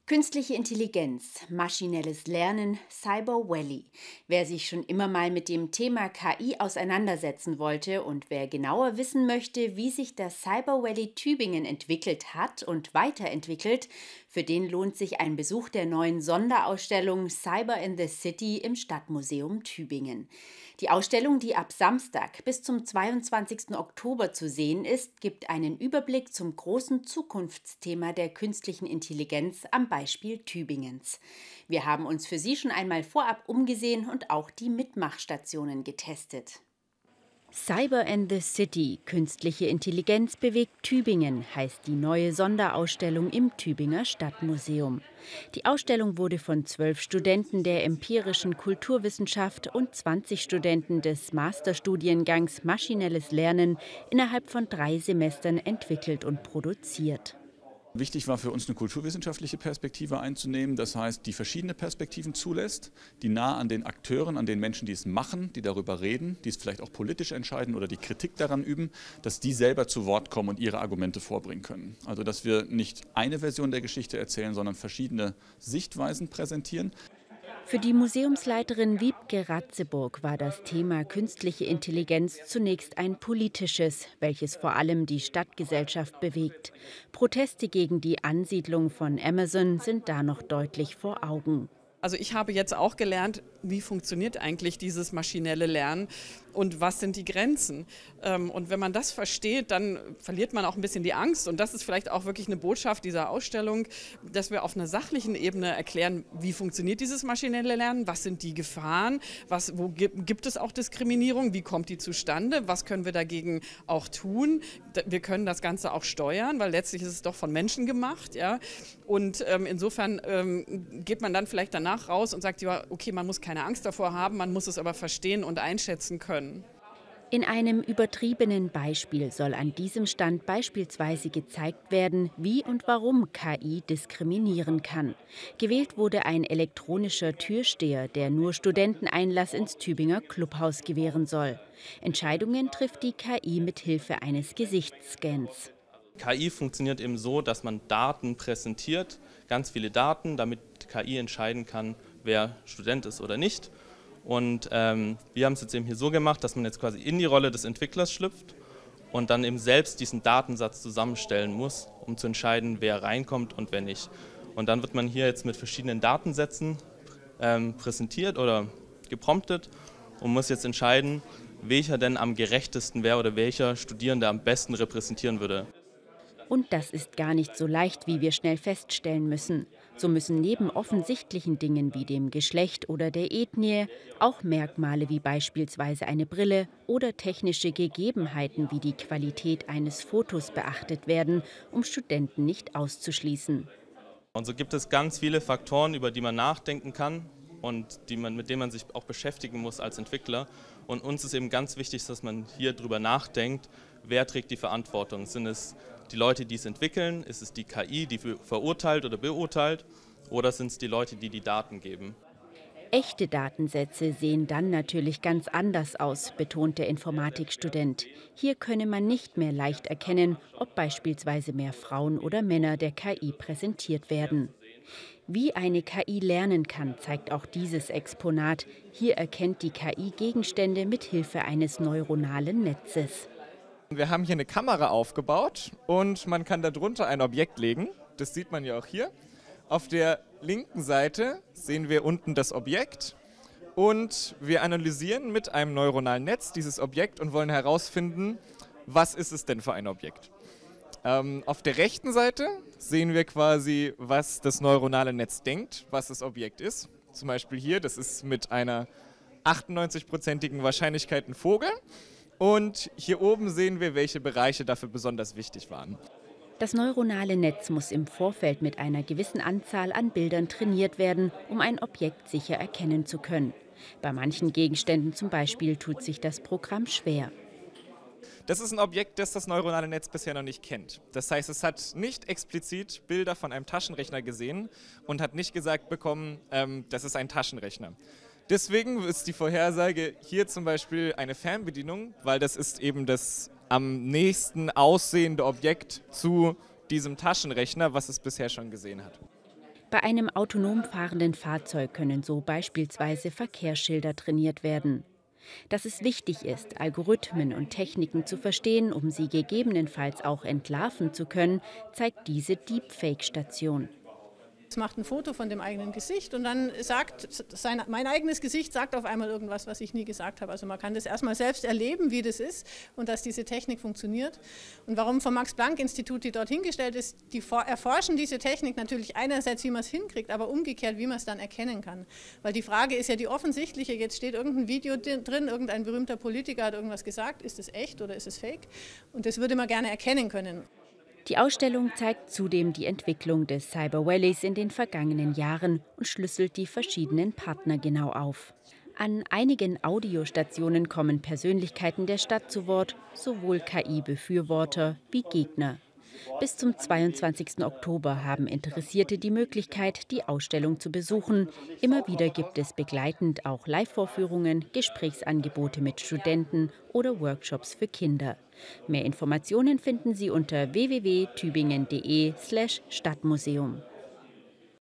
Künstliche Intelligenz, maschinelles Lernen, Cyber Valley. Wer sich schon immer mal mit dem Thema KI auseinandersetzen wollte und wer genauer wissen möchte, wie sich das Cyber Valley Tübingen entwickelt hat und weiterentwickelt, für den lohnt sich ein Besuch der neuen Sonderausstellung Cyber in the City im Stadtmuseum Tübingen. Die Ausstellung, die ab Samstag bis zum 22. Oktober zu sehen ist, gibt einen Überblick zum großen Zukunftsthema der künstlichen Intelligenz am Beispiel Tübingens. Wir haben uns für Sie schon einmal vorab umgesehen und auch die Mitmachstationen getestet. Cyber and the City, künstliche Intelligenz bewegt Tübingen, heißt die neue Sonderausstellung im Tübinger Stadtmuseum. Die Ausstellung wurde von 12 Studenten der empirischen Kulturwissenschaft und 20 Studenten des Masterstudiengangs Maschinelles Lernen innerhalb von 3 Semestern entwickelt und produziert. Wichtig war für uns, eine kulturwissenschaftliche Perspektive einzunehmen, das heißt, die verschiedene Perspektiven zulässt, die nah an den Akteuren, an den Menschen, die es machen, die darüber reden, die es vielleicht auch politisch entscheiden oder die Kritik daran üben, dass die selber zu Wort kommen und ihre Argumente vorbringen können. Also, dass wir nicht eine Version der Geschichte erzählen, sondern verschiedene Sichtweisen präsentieren. Für die Museumsleiterin Wiebke Ratzeburg war das Thema künstliche Intelligenz zunächst ein politisches, welches vor allem die Stadtgesellschaft bewegt. Proteste gegen die Ansiedlung von Amazon sind da noch deutlich vor Augen. Also ich habe jetzt auch gelernt, wie funktioniert eigentlich dieses maschinelle Lernen und was sind die Grenzen. Und wenn man das versteht, dann verliert man auch ein bisschen die Angst. Und das ist vielleicht auch wirklich eine Botschaft dieser Ausstellung, dass wir auf einer sachlichen Ebene erklären, wie funktioniert dieses maschinelle Lernen, was sind die Gefahren, wo gibt es auch Diskriminierung, wie kommt die zustande, was können wir dagegen auch tun. Wir können das Ganze auch steuern, weil letztlich ist es doch von Menschen gemacht. Ja? Und insofern geht man dann vielleicht danach raus und sagt, ja, okay, man muss keine Angst davor haben, man muss es aber verstehen und einschätzen können. In einem übertriebenen Beispiel soll an diesem Stand beispielsweise gezeigt werden, wie und warum KI diskriminieren kann. Gewählt wurde ein elektronischer Türsteher, der nur Studenten Einlass ins Tübinger Clubhaus gewähren soll. Entscheidungen trifft die KI mit Hilfe eines Gesichtsscans. KI funktioniert eben so, dass man Daten präsentiert, ganz viele Daten, damit KI entscheiden kann, wer Student ist oder nicht. Und wir haben es jetzt eben hier so gemacht, dass man jetzt quasi in die Rolle des Entwicklers schlüpft und dann eben selbst diesen Datensatz zusammenstellen muss, um zu entscheiden, wer reinkommt und wer nicht. Und dann wird man hier jetzt mit verschiedenen Datensätzen präsentiert oder gepromptet und muss jetzt entscheiden, welcher denn am gerechtesten wäre oder welcher Studierende am besten repräsentieren würde. Und das ist gar nicht so leicht, wie wir schnell feststellen müssen. So müssen neben offensichtlichen Dingen wie dem Geschlecht oder der Ethnie auch Merkmale wie beispielsweise eine Brille oder technische Gegebenheiten wie die Qualität eines Fotos beachtet werden, um Studenten nicht auszuschließen. Und so gibt es ganz viele Faktoren, über die man nachdenken kann und mit denen man sich auch beschäftigen muss als Entwickler. Und uns ist eben ganz wichtig, dass man hier drüber nachdenkt, wer trägt die Verantwortung. Sind es die Leute, die es entwickeln? Ist es die KI, die verurteilt oder beurteilt? Oder sind es die Leute, die die Daten geben? Echte Datensätze sehen dann natürlich ganz anders aus, betont der Informatikstudent. Hier könne man nicht mehr leicht erkennen, ob beispielsweise mehr Frauen oder Männer der KI präsentiert werden. Wie eine KI lernen kann, zeigt auch dieses Exponat. Hier erkennt die KI Gegenstände mit Hilfe eines neuronalen Netzes. Wir haben hier eine Kamera aufgebaut und man kann darunter ein Objekt legen. Das sieht man ja auch hier. Auf der linken Seite sehen wir unten das Objekt und wir analysieren mit einem neuronalen Netz dieses Objekt und wollen herausfinden, was ist es denn für ein Objekt. Auf der rechten Seite sehen wir quasi, was das neuronale Netz denkt, was das Objekt ist. Zum Beispiel hier, das ist mit einer 98%igen Wahrscheinlichkeit ein Vogel. Und hier oben sehen wir, welche Bereiche dafür besonders wichtig waren. Das neuronale Netz muss im Vorfeld mit einer gewissen Anzahl an Bildern trainiert werden, um ein Objekt sicher erkennen zu können. Bei manchen Gegenständen zum Beispiel tut sich das Programm schwer. Das ist ein Objekt, das das neuronale Netz bisher noch nicht kennt. Das heißt, es hat nicht explizit Bilder von einem Taschenrechner gesehen und hat nicht gesagt bekommen, das ist ein Taschenrechner. Deswegen ist die Vorhersage hier zum Beispiel eine Fernbedienung, weil das ist eben das am nächsten aussehende Objekt zu diesem Taschenrechner, was es bisher schon gesehen hat. Bei einem autonom fahrenden Fahrzeug können so beispielsweise Verkehrsschilder trainiert werden. Dass es wichtig ist, Algorithmen und Techniken zu verstehen, um sie gegebenenfalls auch entlarven zu können, zeigt diese Deepfake-Station. Es macht ein Foto von dem eigenen Gesicht und dann sagt mein eigenes Gesicht sagt auf einmal irgendwas, was ich nie gesagt habe. Also man kann das erstmal selbst erleben, wie das ist und dass diese Technik funktioniert. Und warum vom Max-Planck-Institut die dort hingestellt ist, die erforschen diese Technik natürlich einerseits, wie man es hinkriegt, aber umgekehrt, wie man es dann erkennen kann. Weil die Frage ist ja die offensichtliche, jetzt steht irgendein Video drin, irgendein berühmter Politiker hat irgendwas gesagt, ist es echt oder ist es fake? Und das würde man gerne erkennen können. Die Ausstellung zeigt zudem die Entwicklung des Cyber Valleys in den vergangenen Jahren und schlüsselt die verschiedenen Partner genau auf. An einigen Audiostationen kommen Persönlichkeiten der Stadt zu Wort, sowohl KI-Befürworter wie Gegner. Bis zum 22. Oktober haben Interessierte die Möglichkeit, die Ausstellung zu besuchen. Immer wieder gibt es begleitend auch Live-Vorführungen, Gesprächsangebote mit Studenten oder Workshops für Kinder. Mehr Informationen finden Sie unter www.tübingen.de/Stadtmuseum.